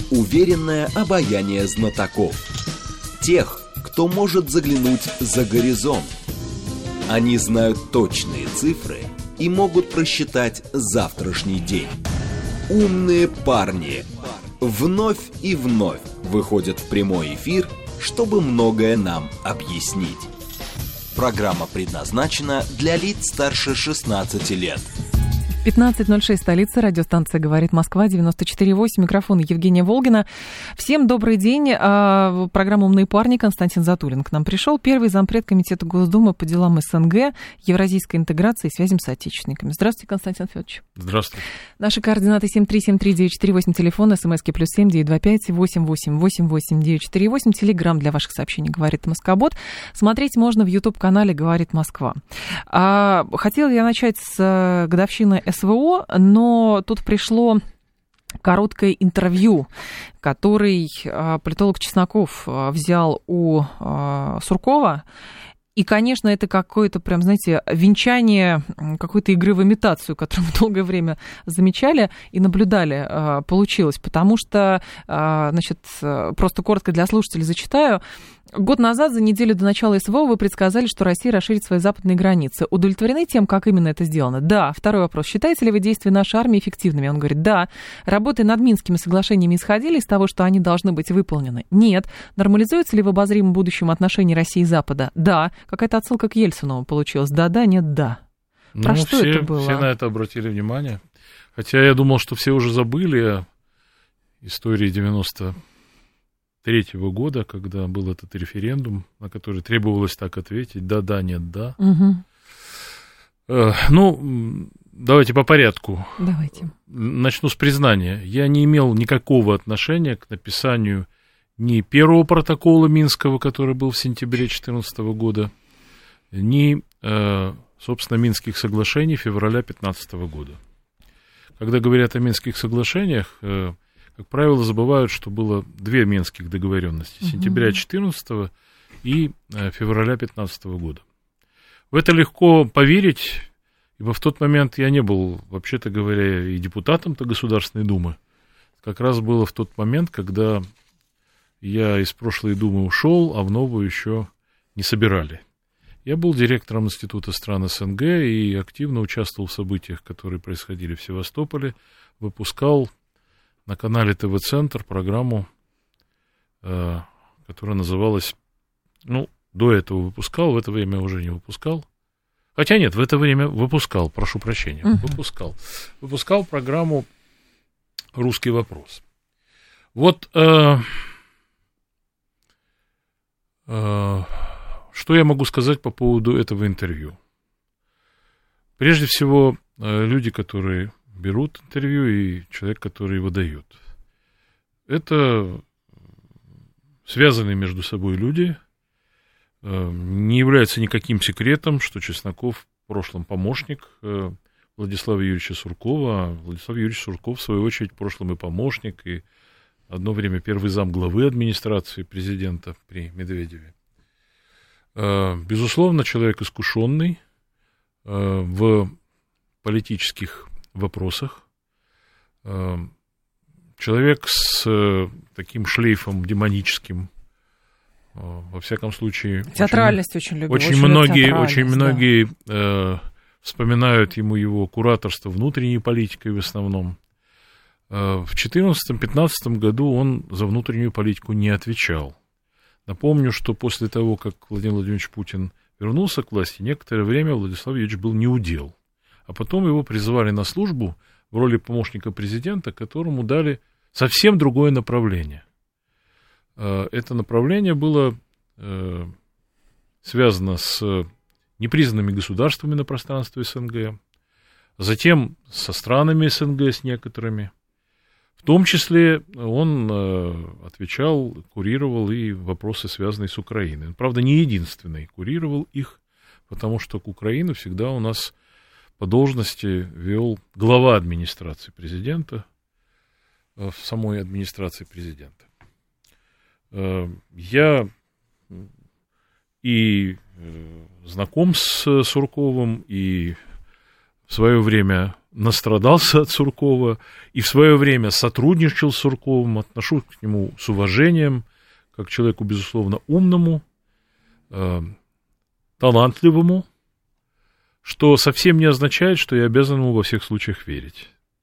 Уверенное обаяние знатоков. Тех, кто может заглянуть за горизонт. Они знают точные цифры и могут просчитать завтрашний день. Умные парни вновь и вновь выходят в прямой эфир, чтобы многое нам объяснить. Программа предназначена для лиц старше 16 лет. 15:06, столица, радиостанция «Говорит Москва», 94,8, микрофон Евгения Волгина. Всем добрый день. Программа «Умные парни», Константин Затулин к нам пришел. Первый зампред Комитета Госдумы по делам СНГ, евразийской интеграции и связям с соотечественниками. Здравствуйте, Константин Федорович. Здравствуйте. Наши координаты 7373948, телефон, смски +7 925 888 948, телеграм для ваших сообщений «Говорит Москобот». Смотреть можно в YouTube-канале «Говорит Москва». Хотела я начать с годовщины СВО, но тут пришло короткое интервью, который политолог Чесноков взял у Суркова. И, конечно, это какое-то, прям, знаете, венчание какой-то игры в имитацию, которую мы долгое время замечали и наблюдали, получилось. Потому что, значит, просто коротко для слушателей зачитаю. Год назад, за неделю до начала СВО, вы предсказали, что Россия расширит свои западные границы. Удовлетворены тем, как именно это сделано? Да. Второй вопрос. Считаете ли вы действия нашей армии эффективными? Он говорит, да. Работы над Минскими соглашениями исходили из того, что они должны быть выполнены? Нет. Нормализуется ли в обозримом будущем отношения России и Запада? Да. Какая-то отсылка к Ельцину получилась. Да-да, нет, да. Про что все, это было? Все на это обратили внимание. Хотя я думал, что все уже забыли о истории 93-го года, когда был этот референдум, на который требовалось так ответить: да-да, нет, да. Ну, давайте по порядку. Давайте. Начну с признания. Я не имел никакого отношения к написанию ни первого протокола Минского, который был в сентябре 2014 года, ни, собственно, Минских соглашений февраля 2015 года. Когда говорят о Минских соглашениях, как правило, забывают, что было две Минских договоренности: сентября 2014 и февраля 2015 года. В это легко поверить, ибо в тот момент я не был, вообще-то говоря, и депутатом-то Государственной Думы. Как раз было в тот момент, когда я из прошлой Думы ушел, а в новую еще не собирали. Я был директором Института стран СНГ и активно участвовал в событиях, которые происходили в Севастополе, выпускал на канале ТВ-центр программу, которая называлась, ну, до этого выпускал, в это время уже не выпускал. Хотя нет, в это время выпускал, прошу прощения, выпускал программу «Русский вопрос». Вот что я могу сказать по поводу этого интервью? Прежде всего, люди, которые берут интервью, и человек, который его дает. Это связанные между собой люди. Не является никаким секретом, что Чесноков в прошлом помощник Владислава Юрьевича Суркова, а Владислав Юрьевич Сурков, в свою очередь, в прошлом и помощник, и одно время первый зам главы администрации президента при Медведеве. Безусловно, человек искушенный в политических вопросах, человек с таким шлейфом демоническим, во всяком случае. Театральность очень любит. Очень многие вспоминают ему его кураторство внутренней политикой в основном. В 2014-2015 году он за внутреннюю политику не отвечал. Напомню, что после того, как Владимир Владимирович Путин вернулся к власти, некоторое время Владислав Юрьевич был неудел. А потом его призывали на службу в роли помощника президента, которому дали совсем другое направление. Это направление было связано с непризнанными государствами на пространстве СНГ, затем со странами СНГ, с некоторыми. В том числе он отвечал, курировал и вопросы, связанные с Украиной. Правда, не единственный курировал их, потому что к Украине всегда у нас по должности вел глава администрации президента, в самой администрации президента. Я и знаком с Сурковым, и в свое время настрадался от Суркова и в свое время сотрудничал с Сурковым, отношусь к нему с уважением, как к человеку, безусловно, умному, талантливому, что совсем не означает, что я обязан ему во всех случаях верить.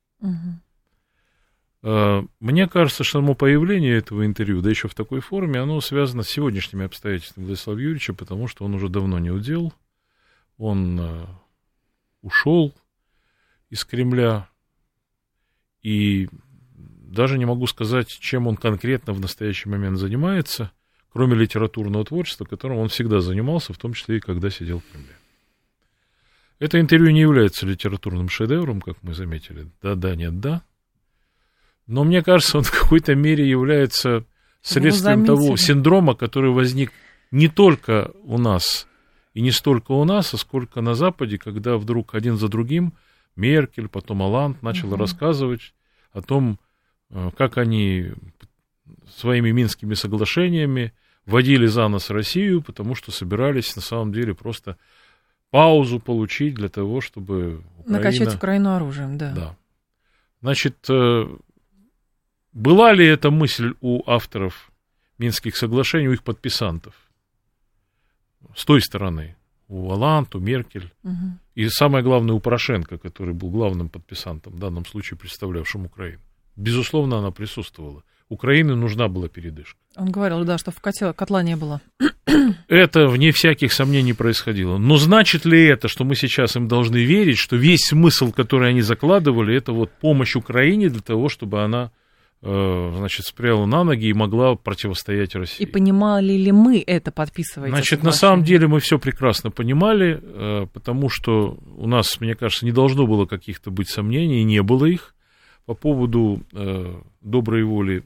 Мне кажется, что само появление этого интервью, да еще в такой форме, оно связано с сегодняшними обстоятельствами Владислава Юрьевича, потому что он уже давно не удел, он ушел из Кремля, и даже не могу сказать, чем он конкретно в настоящий момент занимается, кроме литературного творчества, которым он всегда занимался, в том числе и когда сидел в Кремле. Это интервью не является литературным шедевром, как мы заметили, да, нет, да. Но мне кажется, он в какой-то мере является следствием того синдрома, который возник не только у нас, и не столько у нас, а сколько на Западе, когда вдруг один за другим Меркель, потом Олланд начал рассказывать о том, как они своими Минскими соглашениями водили за нос Россию, потому что собирались на самом деле просто паузу получить для того, чтобы накачать Украину оружием, да. Да. Значит, была ли эта мысль у авторов Минских соглашений, у их подписантов? С той стороны. У Олланд, у Меркель. И самое главное, у Порошенко, который был главным подписантом, в данном случае представлявшим Украину. Безусловно, она присутствовала. Украине нужна была передышка. Он говорил, да, что в котла не было. Это, вне всяких сомнений, происходило. Но значит ли это, что мы сейчас им должны верить, что весь смысл, который они закладывали, это вот помощь Украине для того, чтобы она, значит, спряла на ноги и могла противостоять России? И понимали ли мы это, подписывая? Значит, на самом деле мы все прекрасно понимали, потому что у нас, мне кажется, не должно было каких-то быть сомнений, и не было их по поводу доброй воли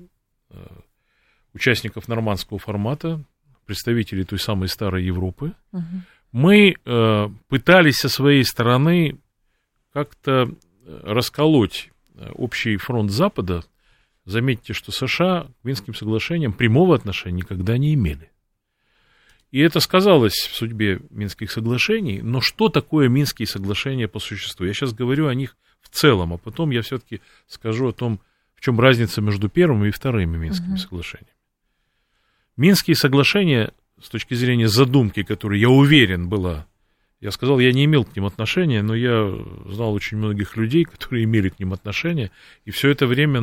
участников нормандского формата, представителей той самой старой Европы. Мы пытались со своей стороны как-то расколоть общий фронт Запада. Заметьте, что США к Минским соглашениям прямого отношения никогда не имели. И это сказалось в судьбе Минских соглашений. Но что такое Минские соглашения по существу? Я сейчас говорю о них в целом, а потом я все-таки скажу о том, в чем разница между первыми и вторыми Минскими соглашениями. Минские соглашения, с точки зрения задумки, которая, я уверен, была, я сказал, я не имел к ним отношения, но я знал очень многих людей, которые имели к ним отношения, и все это время,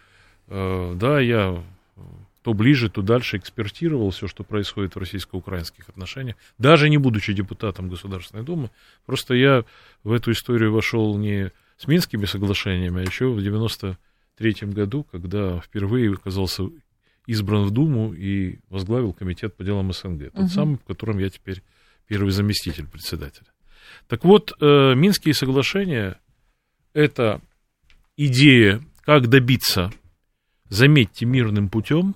да, я то ближе, то дальше экспертировал все, что происходит в российско-украинских отношениях, даже не будучи депутатом Государственной Думы, просто я в эту историю вошел не с Минскими соглашениями, а еще в 1993 году, когда впервые оказался избран в Думу и возглавил комитет по делам СНГ, тот самый, в котором я теперь первый заместитель председателя. Так вот, Минские соглашения – это идея, как добиться, заметьте, мирным путем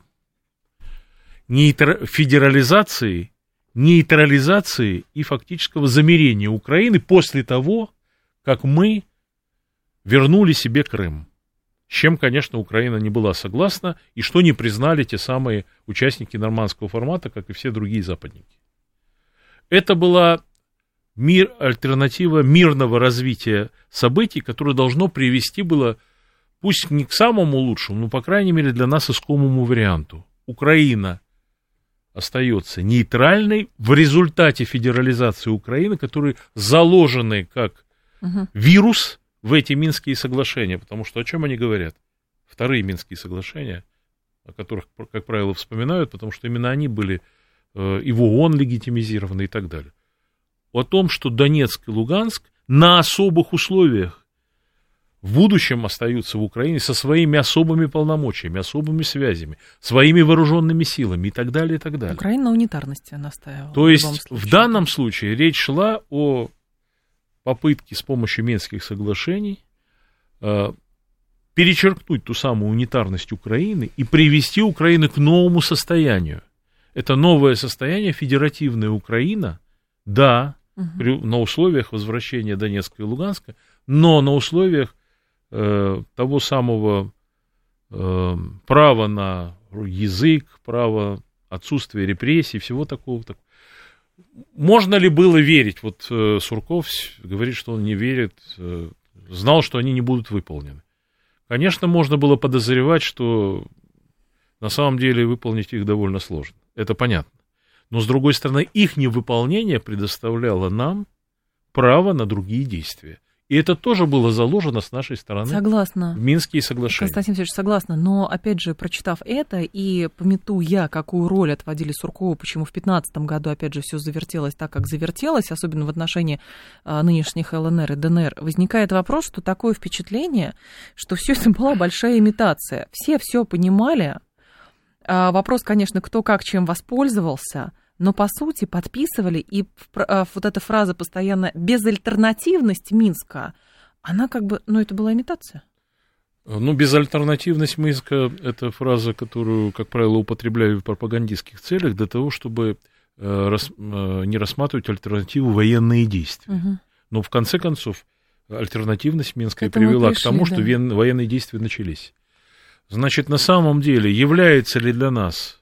федерализации, нейтрализации и фактического замирения Украины после того, как мы вернули себе Крым. С чем, конечно, Украина не была согласна, и что не признали те самые участники нормандского формата, как и все другие западники. Это была альтернатива мирного развития событий, которое должно привести было, пусть не к самому лучшему, но, по крайней мере, для нас искомому варианту. Украина остается нейтральной в результате федерализации Украины, которые заложены как вирус в эти Минские соглашения, потому что о чем они говорят? Вторые Минские соглашения, о которых, как правило, вспоминают, потому что именно они были и в ООН легитимизированы и так далее. О том, что Донецк и Луганск на особых условиях в будущем остаются в Украине со своими особыми полномочиями, особыми связями, своими вооруженными силами и так далее, и так далее. Украина на унитарности настаивала. То есть в данном случае речь шла о попытки с помощью Минских соглашений перечеркнуть ту самую унитарность Украины и привести Украину к новому состоянию. Это новое состояние, федеративная Украина, да, на условиях возвращения Донецка и Луганска, но на условиях того самого права на язык, права отсутствия репрессий, всего такого. Можно ли было верить? Вот Сурков говорит, что он не верит знал, что они не будут выполнены. Конечно, можно было подозревать, что на самом деле выполнить их довольно сложно. Это понятно. Но, с другой стороны, их невыполнение предоставляло нам право на другие действия. И это тоже было заложено с нашей стороны. Согласна. В Минские соглашения. Константин Сергеевич, согласна. Но, опять же, прочитав это и памятуя, какую роль отводили Суркову, почему в 2015 году, опять же, все завертелось так, как завертелось, особенно в отношении нынешних ЛНР и ДНР, возникает вопрос, что такое впечатление, что все это была большая имитация. Все понимали. Вопрос, конечно, кто как чем воспользовался, но, по сути, подписывали, и вот эта фраза постоянно «безальтернативность Минска», она как бы, это была имитация. Безальтернативность Минска – это фраза, которую, как правило, употребляют в пропагандистских целях для того, чтобы не рассматривать альтернативу военные действия. Угу. Но, в конце концов, альтернативность Минска привела к тому, что военные действия начались. Значит, на самом деле, является ли для нас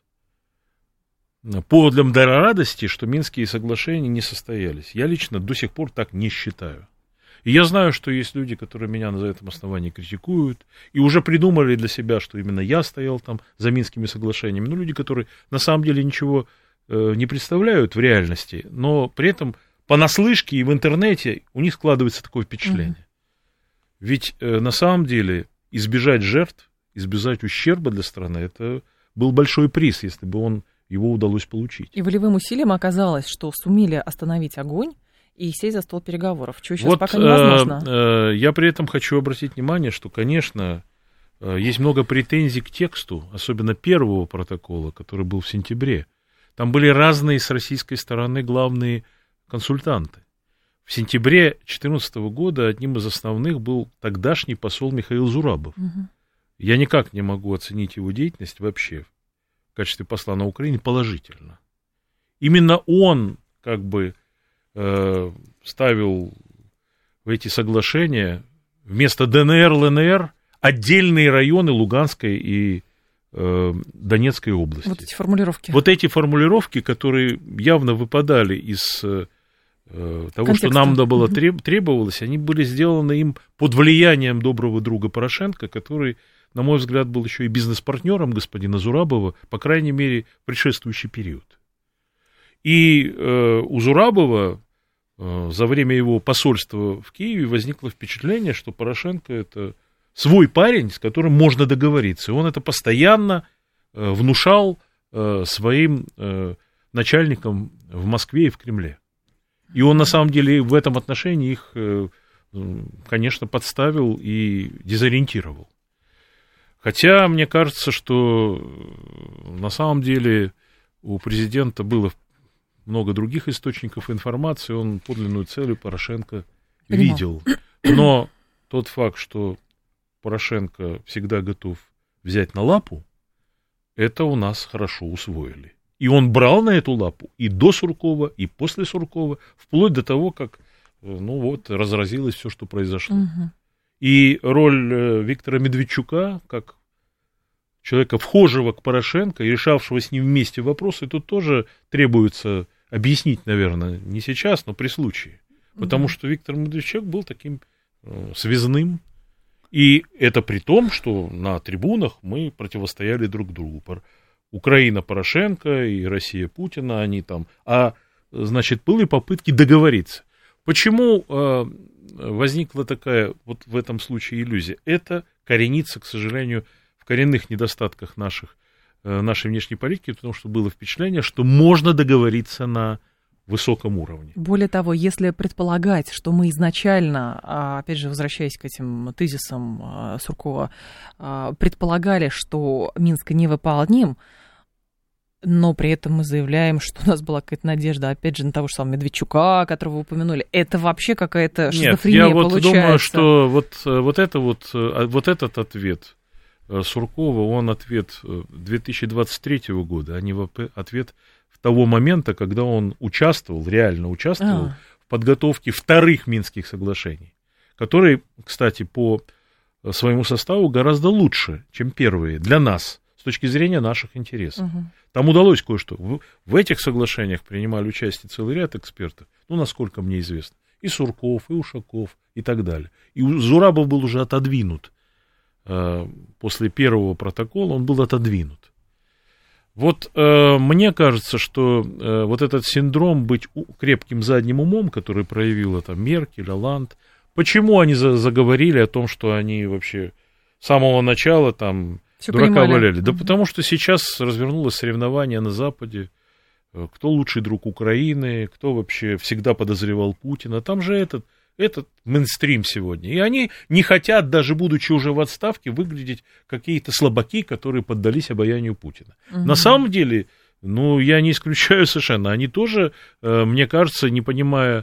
поводом для радости, что Минские соглашения не состоялись? Я лично до сих пор так не считаю. И я знаю, что есть люди, которые меня на этом основании критикуют, и уже придумали для себя, что именно я стоял там за Минскими соглашениями. Люди, которые на самом деле ничего не представляют в реальности, но при этом понаслышке и в интернете у них складывается такое впечатление. Ведь на самом деле избежать жертв, избежать ущерба для страны, это был большой приз, если бы его удалось получить. И волевым усилием оказалось, что сумели остановить огонь и сесть за стол переговоров, что сейчас пока невозможно. Я при этом хочу обратить внимание, что, конечно, есть много претензий к тексту, особенно первого протокола, который был в сентябре. Там были разные с российской стороны главные консультанты. В сентябре 2014 года одним из основных был тогдашний посол Михаил Зурабов. Угу. Я никак не могу оценить его деятельность вообще в качестве посла на Украине положительно. Именно он как бы ставил в эти соглашения вместо ДНР, ЛНР отдельные районы Луганской и Донецкой области. Вот эти формулировки. Вот эти формулировки, которые явно выпадали из того, контекста. Что нам было требовалось, они были сделаны им под влиянием доброго друга Порошенко, который, на мой взгляд, был еще и бизнес-партнером господина Зурабова, по крайней мере, в предшествующий период. И у Зурабова за время его посольства в Киеве возникло впечатление, что Порошенко – это свой парень, с которым можно договориться. И он это постоянно внушал своим начальникам в Москве и в Кремле. И он, на самом деле, в этом отношении их, конечно, подставил и дезориентировал. Хотя, мне кажется, что на самом деле у президента было много других источников информации, он подлинную цель Порошенко видел. Но тот факт, что Порошенко всегда готов взять на лапу, это у нас хорошо усвоили. И он брал на эту лапу и до Суркова, и после Суркова, вплоть до того, как разразилось все, что произошло. Угу. И роль Виктора Медведчука, как человека, вхожего к Порошенко и решавшего с ним вместе вопросы, тут тоже требуется объяснить, наверное, не сейчас, но при случае. Потому что Виктор Медведчук был таким связным. И это при том, что на трибунах мы противостояли друг другу. Украина Порошенко и Россия Путина, они там. Значит, были попытки договориться. Почему возникла такая вот в этом случае иллюзия? Это коренится, к сожалению, в коренных недостатках нашей внешней политики, потому что было впечатление, что можно договориться на высоком уровне. Более того, если предполагать, что мы изначально, опять же, возвращаясь к этим тезисам Суркова, предполагали, что Минск невыполним, но при этом мы заявляем, что у нас была какая-то надежда, опять же, на того же самого Медведчука, которого вы упомянули. Это вообще какая-то шизофрения получается. Нет, я думаю, что вот этот ответ Суркова, он ответ 2023 года, а не ответ того момента, когда он реально участвовал в подготовке вторых Минских соглашений, которые, кстати, по своему составу гораздо лучше, чем первые для нас, с точки зрения наших интересов. Угу. Там удалось кое-что. В этих соглашениях принимали участие целый ряд экспертов, насколько мне известно. и Сурков, и Ушаков, и так далее. И Зурабов был уже отодвинут. После первого протокола он был отодвинут. Вот мне кажется, что вот этот синдром быть крепким задним умом, который проявила там Меркель, Оланд, почему они заговорили о том, что они вообще с самого начала там всё дурака понимали. валяли? Да потому что сейчас развернулось соревнование на Западе, кто лучший друг Украины, кто вообще всегда подозревал Путина. Там же этот мейнстрим сегодня. И они не хотят, даже будучи уже в отставке, выглядеть какие-то слабаки, которые поддались обаянию Путина. На самом деле, я не исключаю совершенно, они тоже, мне кажется, не понимая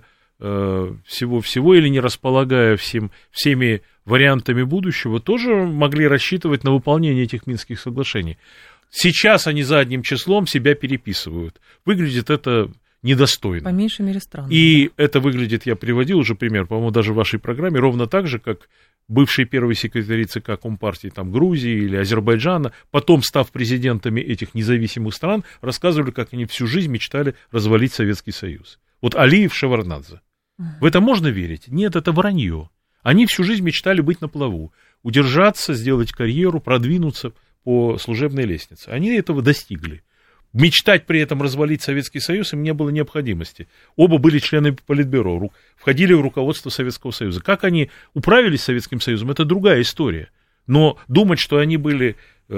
всего или не располагая всеми вариантами будущего, тоже могли рассчитывать на выполнение этих Минских соглашений. Сейчас они задним числом себя переписывают. Выглядит это недостойно. По меньшей мере странно. И это выглядит, я приводил уже пример, по-моему, даже в вашей программе, ровно так же, как бывшие первые секретари ЦК Компартии там, Грузии или Азербайджана, потом, став президентами этих независимых стран, рассказывали, как они всю жизнь мечтали развалить Советский Союз. Вот Алиев, Шеварднадзе. В это можно верить? Нет, это вранье. Они всю жизнь мечтали быть на плаву, удержаться, сделать карьеру, продвинуться по служебной лестнице. Они этого достигли. Мечтать при этом развалить Советский Союз им не было необходимости. Оба были членами Политбюро, входили в руководство Советского Союза. Как они управились с Советским Союзом, это другая история. Но думать, что они были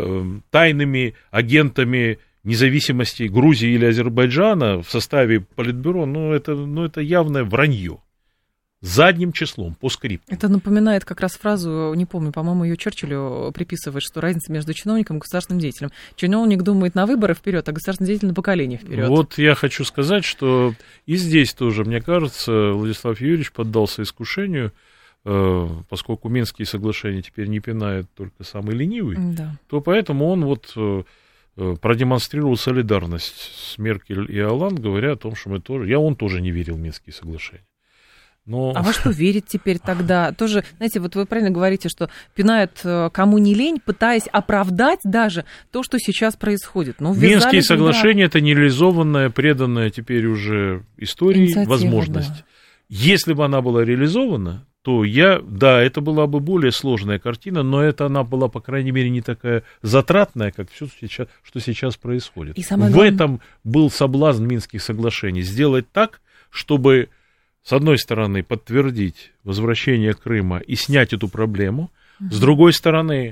тайными агентами независимости Грузии или Азербайджана в составе Политбюро, это явное вранье. Задним числом, по скрипту. Это напоминает как раз фразу, не помню, по-моему, ее Черчиллю приписывают, что разница между чиновником и государственным деятелем. Чиновник думает на выборы вперед, а государственный деятель на поколение вперед. Вот я хочу сказать, что и здесь тоже, мне кажется, Владислав Юрьевич поддался искушению, поскольку Минские соглашения теперь не пинает только самый ленивый, то поэтому он продемонстрировал солидарность с Меркель и Оланд, говоря о том, что он тоже не верил в Минские соглашения. А во что верить теперь тогда? Тоже, знаете, вот вы правильно говорите, что пинают кому не лень, пытаясь оправдать даже то, что сейчас происходит. Минские соглашения — это нереализованная, преданная теперь уже истории возможность. Да. Если бы она была реализована, то это была бы более сложная картина, но она была, по крайней мере, не такая затратная, как все, что сейчас происходит. В этом был соблазн Минских соглашений. Сделать так, чтобы, с одной стороны, подтвердить возвращение Крыма и снять эту проблему, с другой стороны,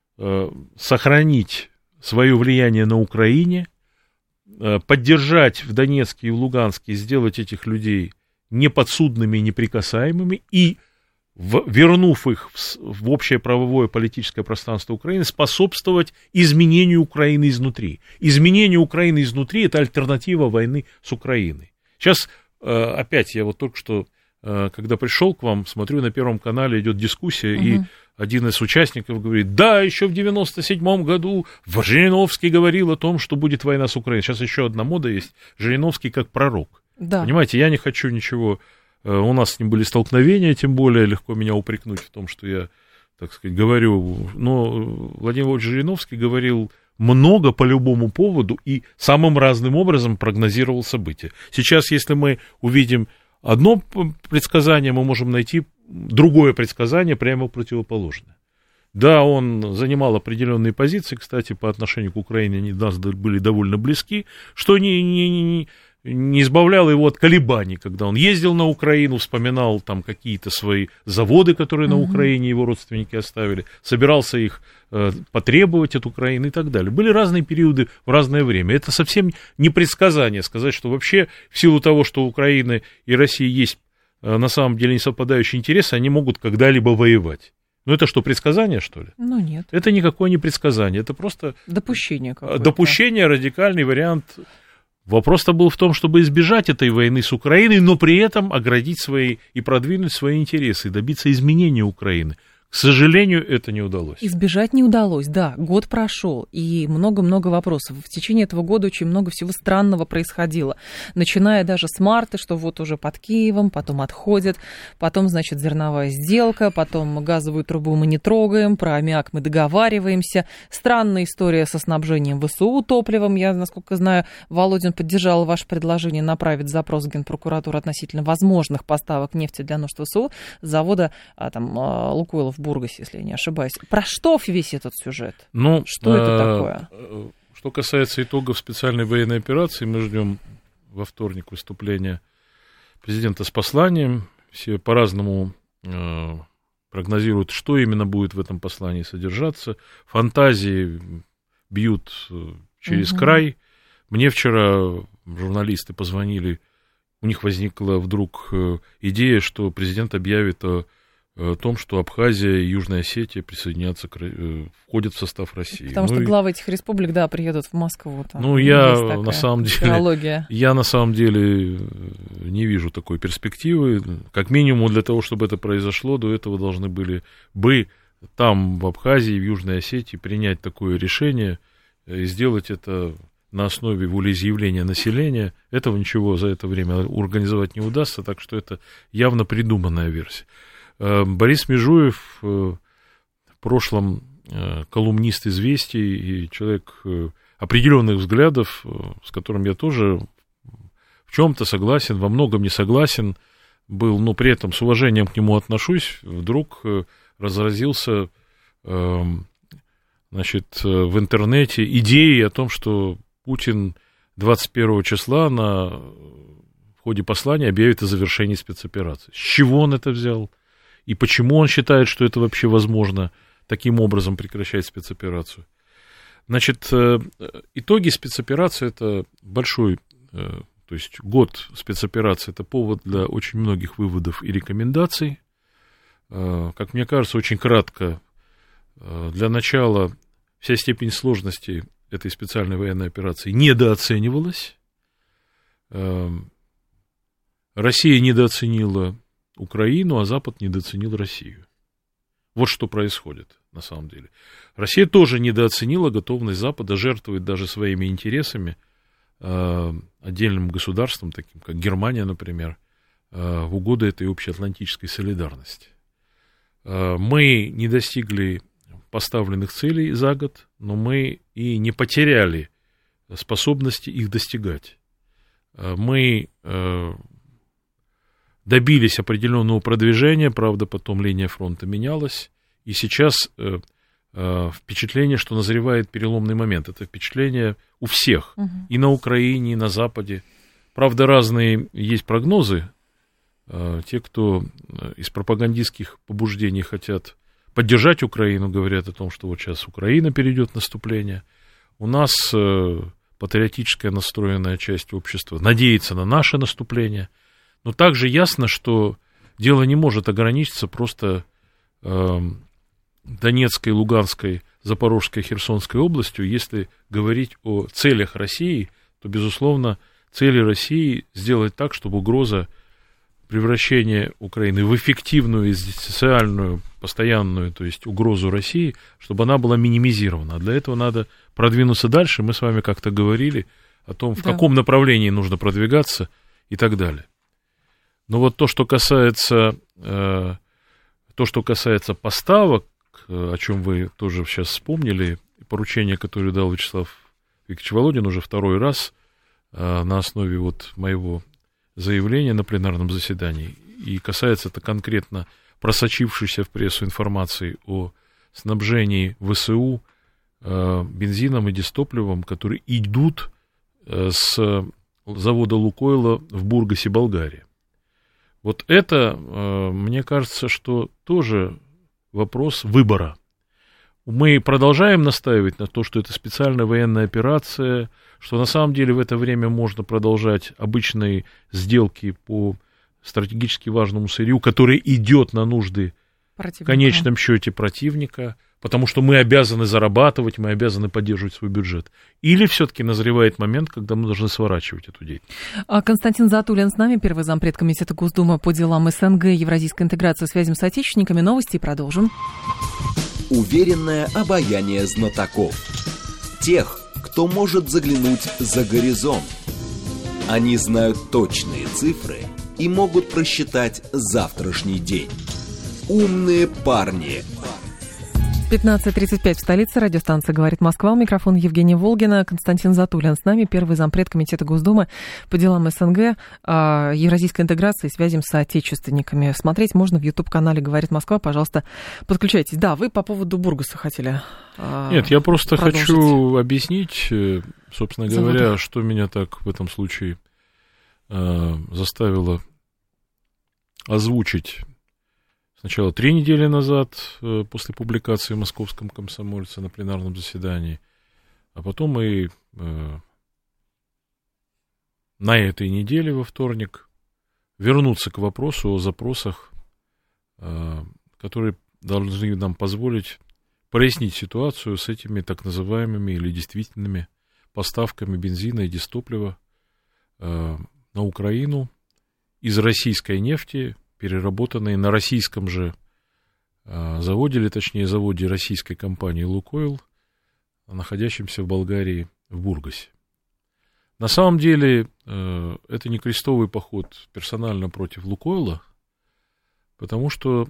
сохранить свое влияние на Украине, поддержать в Донецке и в Луганске, сделать этих людей неподсудными и неприкасаемыми и, вернув их в общее правовое политическое пространство Украины, способствовать изменению Украины изнутри. Изменение Украины изнутри — это альтернатива войны с Украиной. Сейчас опять я только что, когда пришел к вам, смотрю, на Первом канале идет дискуссия, и один из участников говорит: да, еще в 97-м году Жириновский говорил о том, что будет война с Украиной. Сейчас еще одна мода есть: Жириновский как пророк. Да. Понимаете, я не хочу ничего, у нас с ним были столкновения, тем более легко меня упрекнуть в том, что я, так сказать, говорю, но Владимир Владимирович Жириновский говорил много по любому поводу и самым разным образом прогнозировал события. Сейчас, если мы увидим одно предсказание, мы можем найти другое предсказание, прямо противоположное. Да, он занимал определенные позиции, кстати, по отношению к Украине они нас были довольно близки, что не избавляло его от колебаний, когда он ездил на Украину, вспоминал там какие-то свои заводы, которые на Украине его родственники оставили, собирался их потребовать от Украины и так далее. Были разные периоды в разное время. Это совсем не предсказание сказать, что вообще в силу того, что у Украины и России есть на самом деле несовпадающие интересы, они могут когда-либо воевать. Это что, предсказание, что ли? Нет. Это никакое не предсказание, это просто допущение какое-то. Допущение, радикальный вариант. Вопрос-то был в том, чтобы избежать этой войны с Украиной, но при этом оградить свои и продвинуть свои интересы, добиться изменения Украины. К сожалению, это не удалось. Избежать не удалось, да. Год прошел, и много-много вопросов. В течение этого года очень много всего странного происходило. Начиная даже с марта, что вот уже под Киевом, потом отходят, потом, значит, зерновая сделка, потом газовую трубу мы не трогаем, про аммиак мы договариваемся. Странная история со снабжением ВСУ топливом. Я, насколько знаю, Володин поддержал ваше предложение направить запрос в Генпрокуратуру относительно возможных поставок нефти для нужд ВСУ с завода Лукойла в Бургасе, если я не ошибаюсь. Про что весь этот сюжет? Что это такое? Что касается итогов специальной военной операции, мы ждем во вторник выступления президента с посланием. Все по-разному прогнозируют, что именно будет в этом послании содержаться. Фантазии бьют через край. Мне вчера журналисты позвонили, у них возникла вдруг идея, что президент объявит о том, что Абхазия и Южная Осетия присоединятся, входят в состав России. Потому что главы этих республик, да, приедут в Москву. Там я на самом деле не вижу такой перспективы. Как минимум для того, чтобы это произошло, до этого должны были бы там, в Абхазии, в Южной Осетии, принять такое решение и сделать это на основе волеизъявления населения. Этого ничего за это время организовать не удастся, так что это явно придуманная версия. Борис Межуев, в прошлом колумнист «Известий» и человек определенных взглядов, с которым я тоже в чем-то согласен, во многом не согласен был, но при этом с уважением к нему отношусь, вдруг разразился, значит, в интернете идеей о том, что Путин 21 числа в ходе послания объявит о завершении спецоперации. С чего он это взял? И почему он считает, что это вообще возможно таким образом прекращать спецоперацию? Значит, итоги спецоперации – это большой, то есть год спецоперации – это повод для очень многих выводов и рекомендаций. Как мне кажется, очень кратко, для начала вся степень сложности этой специальной военной операции недооценивалась. Россия недооценила Украину, а Запад недооценил Россию. Вот что происходит на самом деле. Россия тоже недооценила готовность Запада жертвовать даже своими интересами отдельным государствам, таким как Германия, например, в угоду этой общеатлантической солидарности. Мы не достигли поставленных целей за год, но мы и не потеряли способности их достигать. Мы добились определенного продвижения, правда, потом линия фронта менялась, и сейчас впечатление, что назревает переломный момент. Это впечатление у всех, и на Украине, и на Западе. Правда, разные есть прогнозы. Те, кто из пропагандистских побуждений хотят поддержать Украину, говорят о том, что вот сейчас Украина перейдет в наступление. У нас патриотическая настроенная часть общества надеется на наше наступление. Но также ясно, что дело не может ограничиться просто Донецкой, Луганской, Запорожской, Херсонской областью. Если говорить о целях России, то, безусловно, цели России сделать так, чтобы угроза превращения Украины в эффективную экзистенциальную, постоянную, то есть угрозу России, чтобы она была минимизирована. А для этого надо продвинуться дальше. Мы с вами как-то говорили о том, в каком направлении нужно продвигаться и так далее. Но вот то, что касается поставок, о чем вы тоже сейчас вспомнили, поручение, которое дал Вячеслав Викторович Володин уже второй раз на основе вот моего заявления на пленарном заседании, и касается это конкретно просочившейся в прессу информации о снабжении ВСУ бензином и дистопливом, которые идут с завода Лукойла в Бургасе, Болгария. Вот это, мне кажется, что тоже вопрос выбора. Мы продолжаем настаивать на том, что это специальная военная операция, что на самом деле в это время можно продолжать обычные сделки по стратегически важному сырью, который идет на нужды в конечном счете противника, потому что мы обязаны зарабатывать, мы обязаны поддерживать свой бюджет. Или все-таки назревает момент, когда мы должны сворачивать эту деятельность. Константин Затулин с нами, первый зампред комитета Госдумы по делам СНГ, евразийской интеграции, связям с отечественниками. Новости продолжим. Уверенное обаяние знатоков. Тех, кто может заглянуть за горизонт. Они знают точные цифры и могут просчитать завтрашний день. Умные парни. 15:35 в столице. Радиостанция «Говорит Москва». У микрофона Евгения Волгина. Константин Затулин с нами, первый зампред комитета Госдумы по делам СНГ, евразийской интеграции и связям с соотечественниками. Смотреть можно в YouTube-канале «Говорит Москва». Пожалуйста, подключайтесь. Да, вы по поводу Бургаса хотели Нет, я просто хочу объяснить, собственно говоря, что меня так в этом случае заставило озвучить сначала 3 недели назад, после публикации в «Московском комсомольце» на пленарном заседании, а потом и на этой неделе, во вторник, вернуться к вопросу о запросах, которые должны нам позволить прояснить ситуацию с этими так называемыми или действительными поставками бензина и дистоплива на Украину из российской нефти, переработанные на российском же заводе, или точнее заводе российской компании «Лукойл», находящемся в Болгарии, в Бургасе. На самом деле это не крестовый поход персонально против «Лукойла», потому что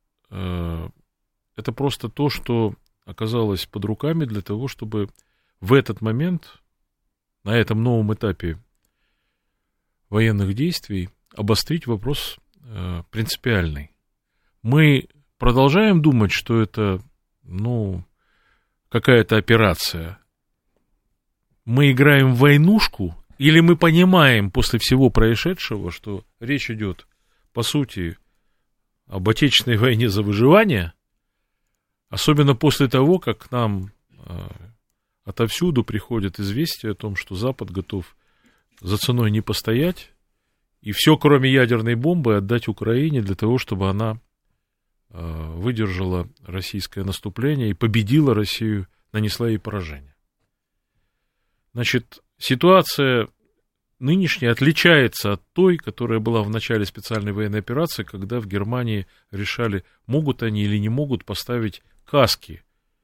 это просто то, что оказалось под руками для того, чтобы в этот момент, на этом новом этапе военных действий, обострить вопрос принципиальный. Мы продолжаем думать, что это, какая-то операция. Мы играем в войнушку, или мы понимаем после всего происшедшего, что речь идет, по сути, об отечественной войне за выживание, особенно после того, как к нам отовсюду приходят известия о том, что Запад готов за ценой не постоять, и все, кроме ядерной бомбы, отдать Украине для того, чтобы она выдержала российское наступление и победила Россию, нанесла ей поражение. Значит, ситуация нынешняя отличается от той, которая была в начале специальной военной операции, когда в Германии решали, могут они или не могут поставить каски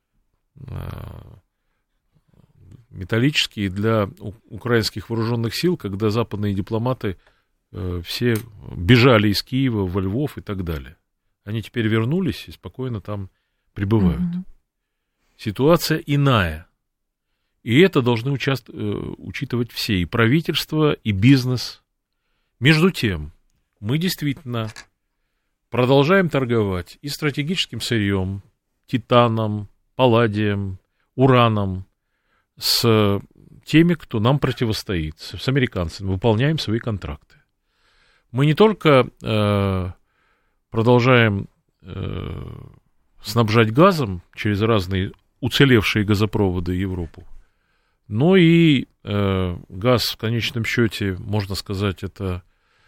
металлические для украинских вооруженных сил, когда западные дипломаты все бежали из Киева во Львов и так далее. Они теперь вернулись и спокойно там пребывают. Ситуация иная. И это должны учитывать все, и правительство, и бизнес. Между тем, мы действительно продолжаем торговать и стратегическим сырьем, титаном, палладием, ураном с теми, кто нам противостоит, с американцами, выполняем свои контракты. Мы не только продолжаем снабжать газом через разные уцелевшие газопроводы Европу, но и газ в конечном счете, можно сказать, это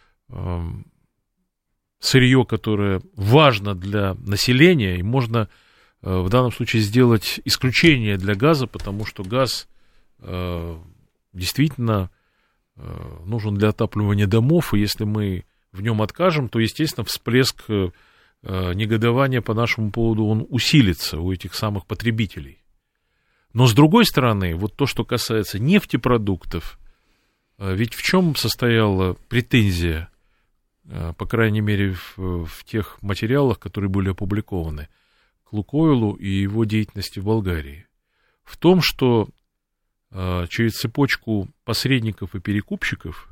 сырье, которое важно для населения, и можно в данном случае сделать исключение для газа, потому что газ действительно нужен для отапливания домов, и если мы в нем откажем, то, естественно, всплеск негодования по нашему поводу, он усилится у этих самых потребителей. Но, с другой стороны, вот то, что касается нефтепродуктов, ведь в чем состояла претензия, по крайней мере, в тех материалах, которые были опубликованы, к «Лукойлу» и его деятельности в Болгарии? В том, что через цепочку посредников и перекупщиков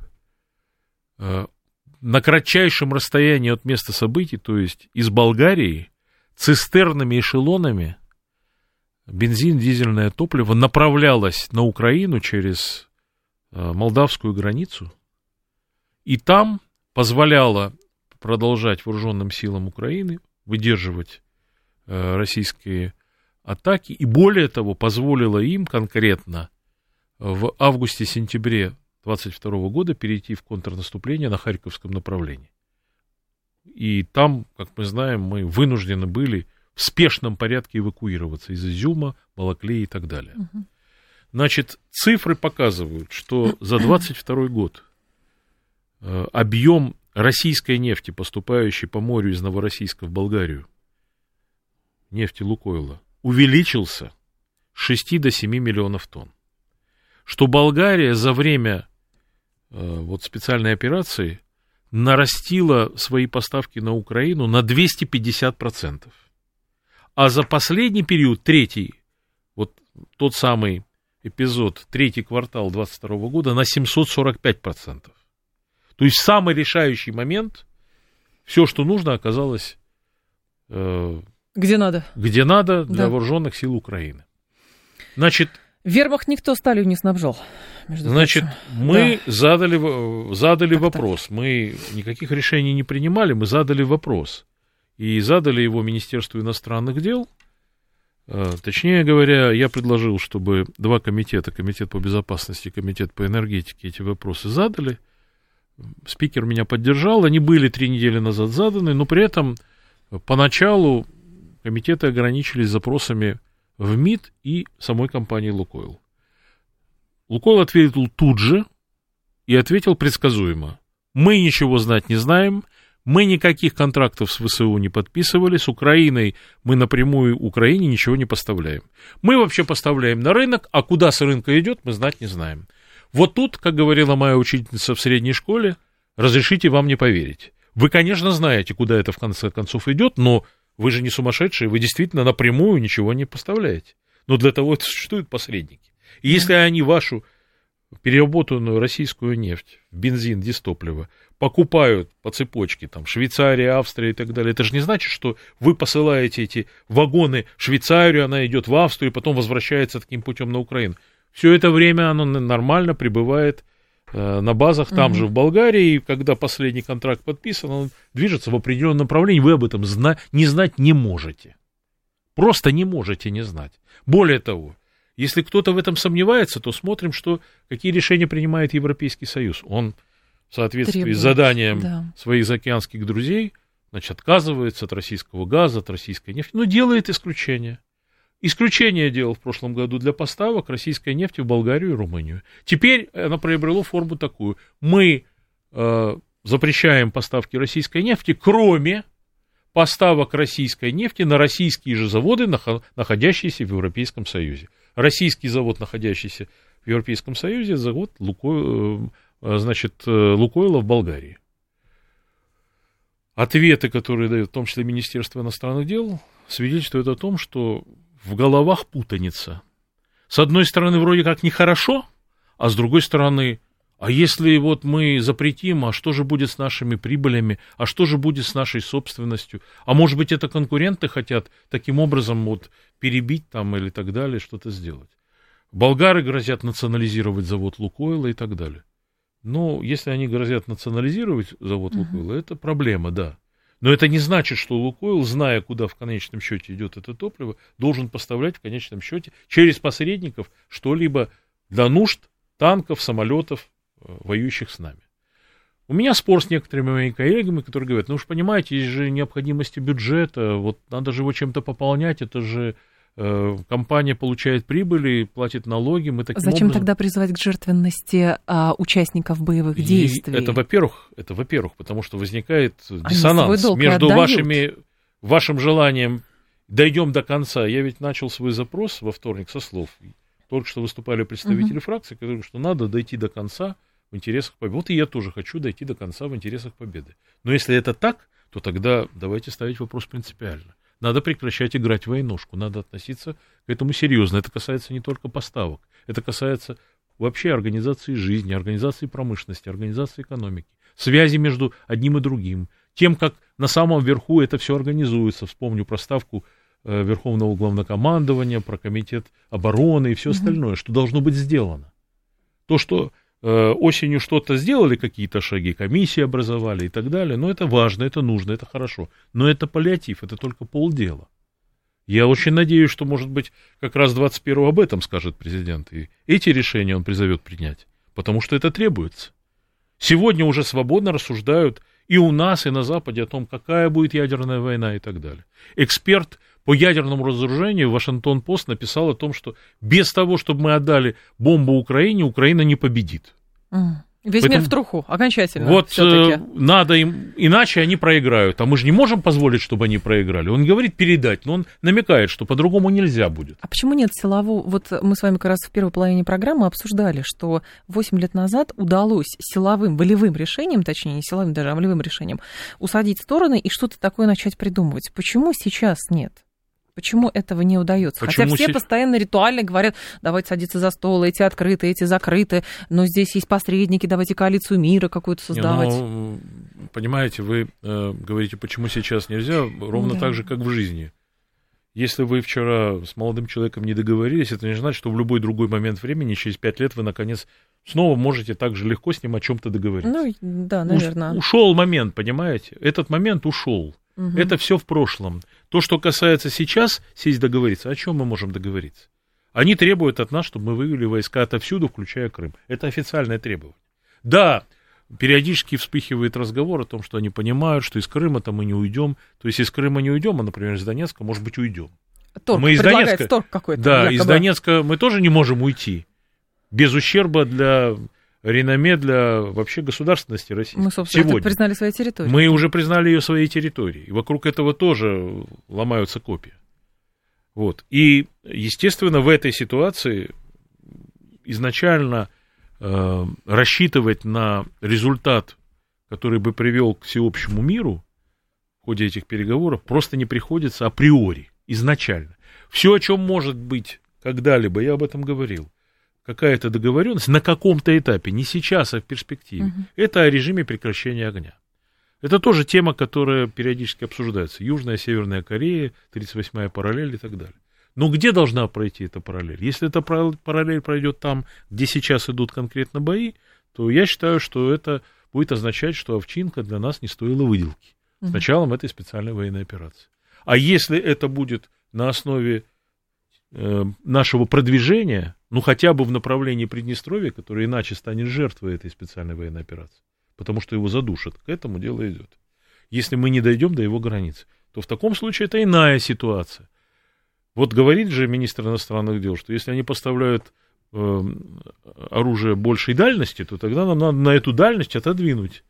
на кратчайшем расстоянии от места событий, то есть из Болгарии, цистернами и эшелонами бензин, дизельное топливо направлялось на Украину через молдавскую границу, и там позволяло продолжать вооруженным силам Украины выдерживать российские атаки, и более того, позволило им конкретно в августе-сентябре 22 года перейти в контрнаступление на Харьковском направлении. И там, как мы знаем, мы вынуждены были в спешном порядке эвакуироваться из Изюма, Балаклеи и так далее. Значит, цифры показывают, что за 2022 год объем российской нефти, поступающей по морю из Новороссийска в Болгарию, нефти Лукойла, увеличился с 6 до 7 миллионов тонн. Что Болгария за время вот специальной операции нарастила свои поставки на Украину на 250%. А за последний период, третий, вот тот самый эпизод, третий квартал 2022 года, на 745%. То есть в самый решающий момент все, что нужно, оказалось где надо для вооруженных сил Украины. Значит, Вермахт никто сталью не снабжал. Значит, мы задали вопрос. Мы никаких решений не принимали, мы задали вопрос. И задали его Министерству иностранных дел. Точнее говоря, я предложил, чтобы два комитета, комитет по безопасности и комитет по энергетике, эти вопросы задали. Спикер меня поддержал. Они были 3 недели назад заданы, но при этом поначалу комитеты ограничились запросами в МИД и самой компании «Лукойл». «Лукойл» ответил тут же и ответил предсказуемо. Мы ничего знать не знаем, мы никаких контрактов с ВСУ не подписывали, с Украиной мы напрямую Украине ничего не поставляем. Мы вообще поставляем на рынок, а куда с рынка идет, мы знать не знаем. Вот тут, как говорила моя учительница в средней школе, разрешите вам не поверить. Вы, конечно, знаете, куда это в конце концов идет, но вы же не сумасшедшие, вы действительно напрямую ничего не поставляете. Но для того существуют посредники. И если они вашу переработанную российскую нефть, бензин, дистопливо, покупают по цепочке, там, Швейцария, Австрия и так далее, это же не значит, что вы посылаете эти вагоны в Швейцарию, она идет в Австрию, потом возвращается таким путем на Украину. Все это время оно нормально прибывает на базах там же, в Болгарии, и когда последний контракт подписан, он движется в определенном направлении, вы об этом не знать не можете. Просто не можете не знать. Более того, если кто-то в этом сомневается, то смотрим, какие решения принимает Европейский Союз. Он в соответствии с заданием своих заокеанских друзей, значит, отказывается от российского газа, от российской нефти, но делает исключение. Исключение делал в прошлом году для поставок российской нефти в Болгарию и Румынию. Теперь оно приобрело форму такую. Мы запрещаем поставки российской нефти, кроме поставок российской нефти на российские же заводы, находящиеся в Европейском Союзе. Российский завод, находящийся в Европейском Союзе, завод Лукойла в Болгарии. Ответы, которые дают в том числе Министерство иностранных дел, свидетельствуют о том, что в головах путаница. С одной стороны, вроде как нехорошо, а с другой стороны, а если вот мы запретим, а что же будет с нашими прибылями, а что же будет с нашей собственностью? А может быть, это конкуренты хотят таким образом вот перебить там или так далее, что-то сделать. Болгары грозят национализировать завод Лукойла и так далее. Но если они грозят национализировать завод Лукойла, это проблема, да. Но это не значит, что Лукойл, зная, куда в конечном счете идет это топливо, должен поставлять в конечном счете через посредников что-либо для нужд танков, самолетов, воюющих с нами. У меня спор с некоторыми моими коллегами, которые говорят, ну уж понимаете, есть же необходимости бюджета, вот надо же его чем-то пополнять, это же компания получает прибыли, платит налоги. Мы таким Зачем образом... тогда призывать к жертвенности участников боевых действий? Это во-первых, потому что возникает диссонанс между вашим желанием дойдем до конца. Я ведь начал свой запрос во вторник со слов. Только что выступали представители фракции, которые говорят, что надо дойти до конца в интересах победы. Вот и я тоже хочу дойти до конца в интересах победы. Но если это так, то тогда давайте ставить вопрос принципиально. Надо прекращать играть в войнушку, надо относиться к этому серьезно. Это касается не только поставок, это касается вообще организации жизни, организации промышленности, организации экономики, связи между одним и другим, тем, как на самом верху это все организуется. Вспомню про ставку Верховного Главнокомандования, про Комитет обороны и все остальное, что должно быть сделано. То, что осенью что-то сделали, какие-то шаги, комиссии образовали и так далее, но это важно, это нужно, это хорошо. Но это паллиатив, это только полдела. Я очень надеюсь, что, может быть, как раз 21-го об этом скажет президент, и эти решения он призовет принять, потому что это требуется. Сегодня уже свободно рассуждают и у нас, и на Западе о том, какая будет ядерная война и так далее. Эксперт по ядерному разоружению Вашингтон-Пост написал о том, что без того, чтобы мы отдали бомбу Украине, Украина не победит. Весь мир в труху, окончательно. Вот надо им, иначе они проиграют. А мы же не можем позволить, чтобы они проиграли. Он говорит передать, но он намекает, что по-другому нельзя будет. А почему нет силового... Вот мы с вами как раз в первой половине программы обсуждали, что 8 лет назад удалось силовым, волевым решением, точнее, не силовым даже, а волевым решением, усадить стороны и что-то такое начать придумывать. Почему сейчас нет? Почему этого не удается? Хотя все постоянно ритуально говорят, давайте садиться за стол, эти открыты, эти закрыты, но здесь есть посредники, давайте коалицию мира какую-то создавать. Понимаете, вы говорите, почему сейчас нельзя, ровно так же, как в жизни. Если вы вчера с молодым человеком не договорились, это не значит, что в любой другой момент времени, через 5 лет, вы, наконец, снова можете так же легко с ним о чем-то договориться. Ну, да, наверное. Ушел момент, понимаете? Этот момент ушел. Это все в прошлом. То, что касается сейчас, сесть договориться, о чем мы можем договориться? Они требуют от нас, чтобы мы вывели войска отовсюду, включая Крым. Это официальное требование. Да, периодически вспыхивает разговор о том, что они понимают, что из Крыма-то мы не уйдем. То есть из Крыма не уйдем, а, например, из Донецка, может быть, уйдем. Мы из Донецка, торг какой-то. Да, якобы. Из Донецка мы тоже не можем уйти. Без ущерба для реноме, для вообще государственности России. Мы, собственно, признали свои территории. Мы уже признали ее своей территорией. И вокруг этого тоже ломаются копья. Вот. И, естественно, в этой ситуации изначально рассчитывать на результат, который бы привел к всеобщему миру в ходе этих переговоров, просто не приходится априори, изначально. Все, о чем может быть когда-либо, я об этом говорил, какая-то договоренность на каком-то этапе, не сейчас, а в перспективе, это о режиме прекращения огня. Это тоже тема, которая периодически обсуждается. Южная, Северная Корея, 38-я параллель и так далее. Но где должна пройти эта параллель? Если эта параллель пройдет там, где сейчас идут конкретно бои, то я считаю, что это будет означать, что овчинка для нас не стоила выделки с началом этой специальной военной операции. А если это будет на основе нашего продвижения, ну хотя бы в направлении Приднестровья, которое иначе станет жертвой этой специальной военной операции, потому что его задушат, к этому дело идет. Если мы не дойдем до его границ, то в таком случае это иная ситуация. Вот говорит же министр иностранных дел, что если они поставляют оружие большей дальности, то тогда нам надо на эту дальность отодвинуть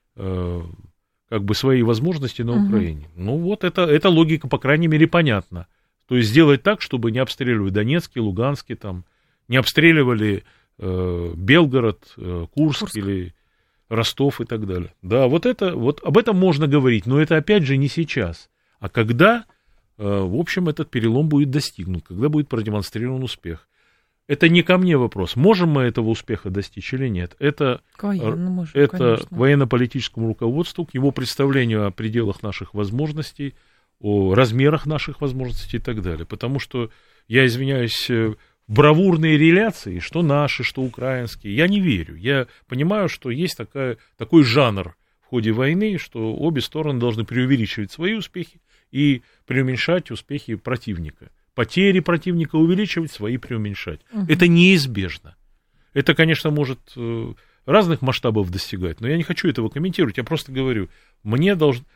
как бы свои возможности на Украине. Ну вот эта логика, по крайней мере, понятна. То есть сделать так, чтобы не обстреливали Донецкий, Луганский, там, не обстреливали Белгород, Курск или Ростов и так далее. Да, вот об этом можно говорить, но это опять же не сейчас. А когда, в общем, этот перелом будет достигнут, когда будет продемонстрирован успех. Это не ко мне вопрос, можем мы этого успеха достичь или нет. Это военно-политическому руководству, к его представлению о пределах наших возможностей, о размерах наших возможностей и так далее. Потому что, я извиняюсь, в бравурные реляции, что наши, что украинские, я не верю. Я понимаю, что есть такой жанр в ходе войны, что обе стороны должны преувеличивать свои успехи и преуменьшать успехи противника. Потери противника увеличивать, свои преуменьшать. Это неизбежно. Это, конечно, может разных масштабов достигать, но я не хочу этого комментировать. Я просто говорю, мне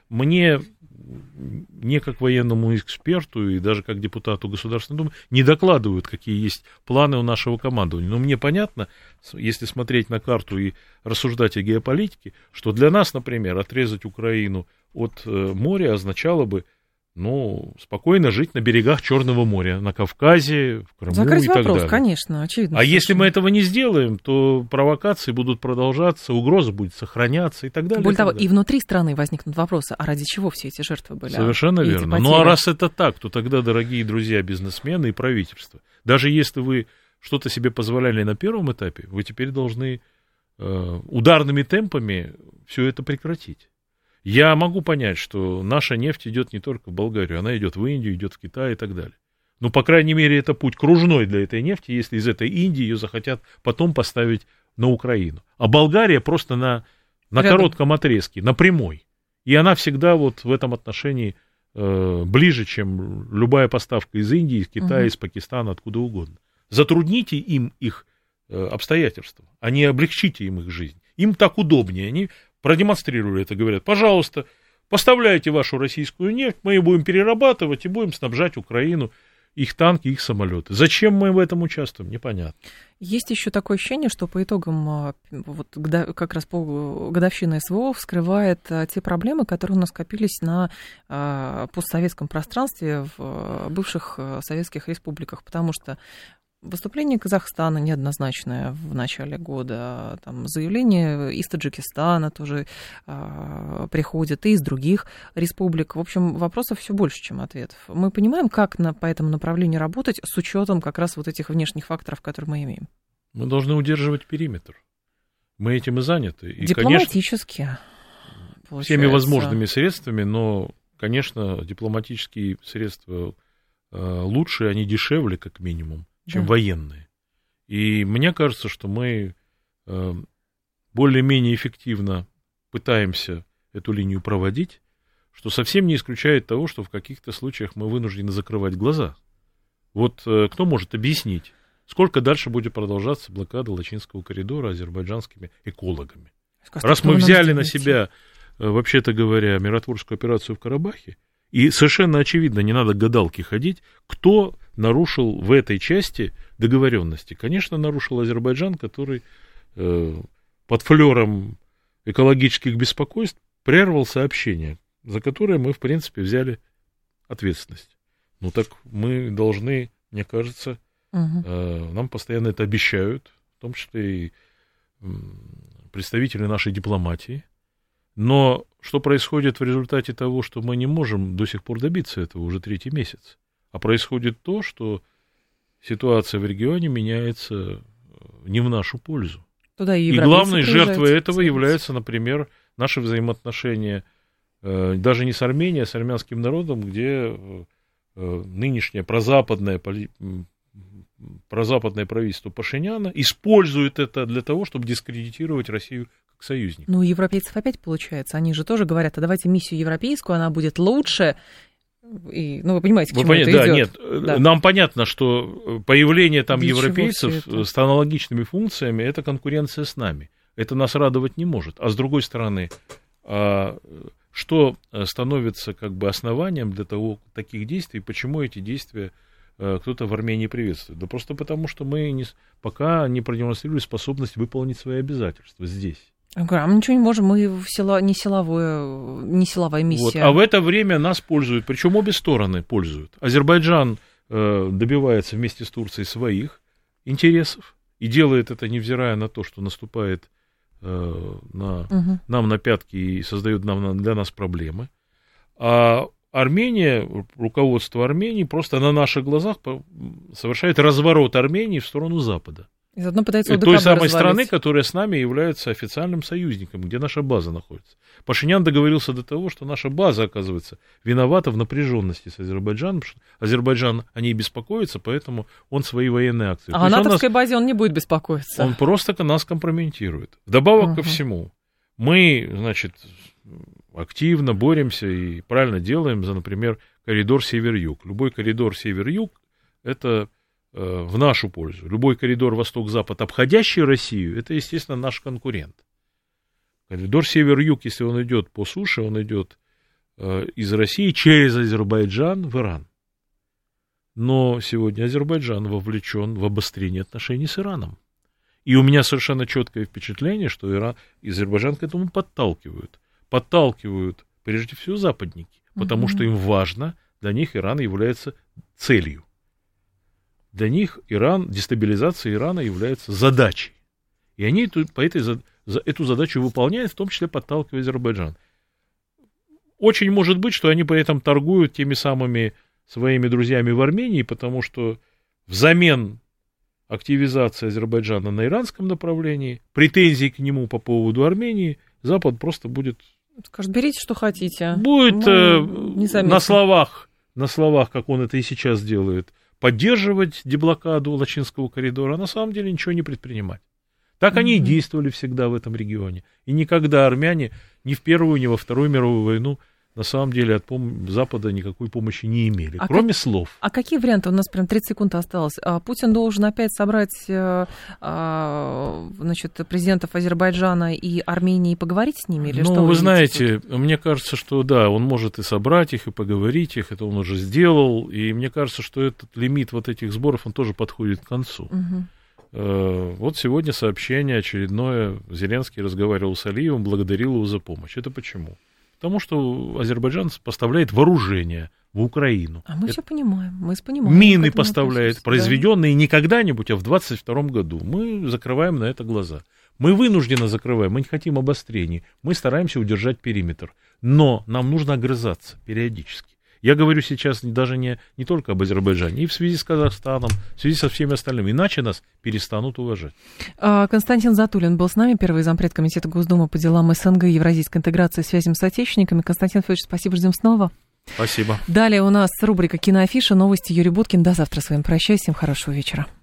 не как военному эксперту и даже как депутату Государственной Думы не докладывают, какие есть планы у нашего командования. Но мне понятно, если смотреть на карту и рассуждать о геополитике, что для нас, например, отрезать Украину от моря означало бы спокойно жить на берегах Черного моря, на Кавказе, в Крыму Закрыть и так вопрос, далее. Конечно, очевидно. А если мы этого не сделаем, то провокации будут продолжаться, угроза будет сохраняться и так далее. Более того, и внутри страны возникнут вопросы, а ради чего все эти жертвы были? Совершенно верно. Ну а раз это так, то тогда, дорогие друзья, бизнесмены и правительство, даже если вы что-то себе позволяли на первом этапе, вы теперь должны ударными темпами все это прекратить. Я могу понять, что наша нефть идет не только в Болгарию, она идет в Индию, идет в Китай и так далее. Но, по крайней мере, это путь кружной для этой нефти, если из этой Индии ее захотят потом поставить на Украину. А Болгария просто на коротком отрезке, на прямой. И она всегда вот в этом отношении ближе, чем любая поставка из Индии, из Китая, из Пакистана, откуда угодно. Затрудните им их обстоятельства, а не облегчите им их жизнь. Им так удобнее, они продемонстрировали это, говорят, пожалуйста, поставляйте вашу российскую нефть, мы ее будем перерабатывать и будем снабжать Украину, их танки, их самолеты. Зачем мы в этом участвуем, непонятно. Есть еще такое ощущение, что по итогам вот, как раз по годовщине СВО вскрывает те проблемы, которые у нас скопились на постсоветском пространстве в бывших советских республиках, потому что выступление Казахстана неоднозначное в начале года, там, заявления из Таджикистана тоже приходят, и из других республик. В общем, вопросов все больше, чем ответов. Мы понимаем, как по этому направлению работать с учетом как раз вот этих внешних факторов, которые мы имеем. Мы должны удерживать периметр. Мы этим и заняты. И, дипломатически, конечно, всеми возможными средствами, но, конечно, дипломатические средства лучше, они дешевле, как минимум, чем военные. И мне кажется, что мы более-менее эффективно пытаемся эту линию проводить, что совсем не исключает того, что в каких-то случаях мы вынуждены закрывать глаза. Вот кто может объяснить, сколько дальше будет продолжаться блокада Лачинского коридора азербайджанскими экологами? Раз мы взяли на себя, вообще-то говоря, миротворческую операцию в Карабахе, и совершенно очевидно, не надо к гадалке ходить, кто нарушил в этой части договоренности. Конечно, нарушил Азербайджан, который под флером экологических беспокойств прервал сообщение, за которое мы, в принципе, взяли ответственность. Ну так мы должны, мне кажется, нам постоянно это обещают, в том числе и представители нашей дипломатии. Но что происходит в результате того, что мы не можем до сих пор добиться этого уже 3-й месяц? А происходит то, что ситуация в регионе меняется не в нашу пользу. И главной жертвой этого являются, например, наши взаимоотношения даже не с Арменией, а с армянским народом, где нынешнее прозападное правительство Пашиняна использует это для того, чтобы дискредитировать Россию как союзник. Ну, у европейцев опять получается. Они же тоже говорят, а давайте миссию европейскую, она будет лучше. И, ну, вы понимаете, к чему это идет. Нет, нам понятно, что появление там европейцев с аналогичными функциями – это конкуренция с нами. Это нас радовать не может. А с другой стороны, что становится как бы основанием для таких действий, почему эти действия кто-то в Армении приветствует? Да просто потому, что мы пока не продемонстрировали способность выполнить свои обязательства здесь. А мы ничего не можем, мы не силовая миссия. Вот. А в это время нас пользуют, причем обе стороны пользуют. Азербайджан добивается вместе с Турцией своих интересов и делает это, невзирая на то, что наступает нам на пятки и создает для нас проблемы. А Армения, руководство Армении просто на наших глазах совершает разворот Армении в сторону Запада. И заодно пытается той самой страны, которая с нами является официальным союзником, где наша база находится. Пашинян договорился до того, что наша база, оказывается, виновата в напряженности с Азербайджаном, потому что Азербайджан о ней беспокоится, поэтому он свои военные акции. А о натовской базе он не будет беспокоиться. Он просто нас компрометирует. Вдобавок ко всему, мы, значит, активно боремся и правильно делаем за, например, коридор север-юг. Любой коридор север-юг – это в нашу пользу. Любой коридор восток-запад, обходящий Россию, это, естественно, наш конкурент. Коридор север-юг, если он идет по суше, он идет из России через Азербайджан в Иран. Но сегодня Азербайджан вовлечен в обострение отношений с Ираном. И у меня совершенно четкое впечатление, что Иран и Азербайджан к этому подталкивают. Подталкивают, прежде всего, западники, потому что им важно, для них Иран является целью. Для них дестабилизация Ирана является задачей. И они эту задачу выполняют, в том числе подталкивая Азербайджан. Очень может быть, что они при этом торгуют теми самыми своими друзьями в Армении, потому что взамен активизации Азербайджана на иранском направлении, претензий к нему по поводу Армении, Запад просто будет... Скажет, берите, что хотите. Будет на словах, как он это и сейчас делает, поддерживать деблокаду Лачинского коридора, а на самом деле ничего не предпринимать. Так они и действовали всегда в этом регионе. И никогда армяне ни в Первую, ни во Вторую мировую войну на самом деле от Запада никакой помощи не имели, кроме слов. А какие варианты? У нас прям 30 секунд осталось. Путин должен опять собрать президентов Азербайджана и Армении и поговорить с ними? Или что вы знаете, мне кажется, что да, он может и собрать их, и поговорить их, это он уже сделал, и мне кажется, что этот лимит вот этих сборов, он тоже подходит к концу. Вот сегодня сообщение очередное, Зеленский разговаривал с Алиевым, благодарил его за помощь. Это почему? Потому что Азербайджан поставляет вооружение в Украину. А мы все понимаем, мы понимаем. Мины поставляет, произведенные не когда-нибудь, а в 22 году. Мы закрываем на это глаза. Мы вынужденно закрываем, мы не хотим обострений. Мы стараемся удержать периметр. Но нам нужно огрызаться периодически. Я говорю сейчас даже не только об Азербайджане, и в связи с Казахстаном, в связи со всеми остальными. Иначе нас перестанут уважать. Константин Затулин был с нами, первый зампред Комитета Госдумы по делам СНГ, евразийской интеграции и связям с отечественниками. Константин Федорович, спасибо, ждем снова. Спасибо. Далее у нас рубрика «Киноафиша», новости, Юрий Буткин. До завтра с вами прощаюсь, всем хорошего вечера.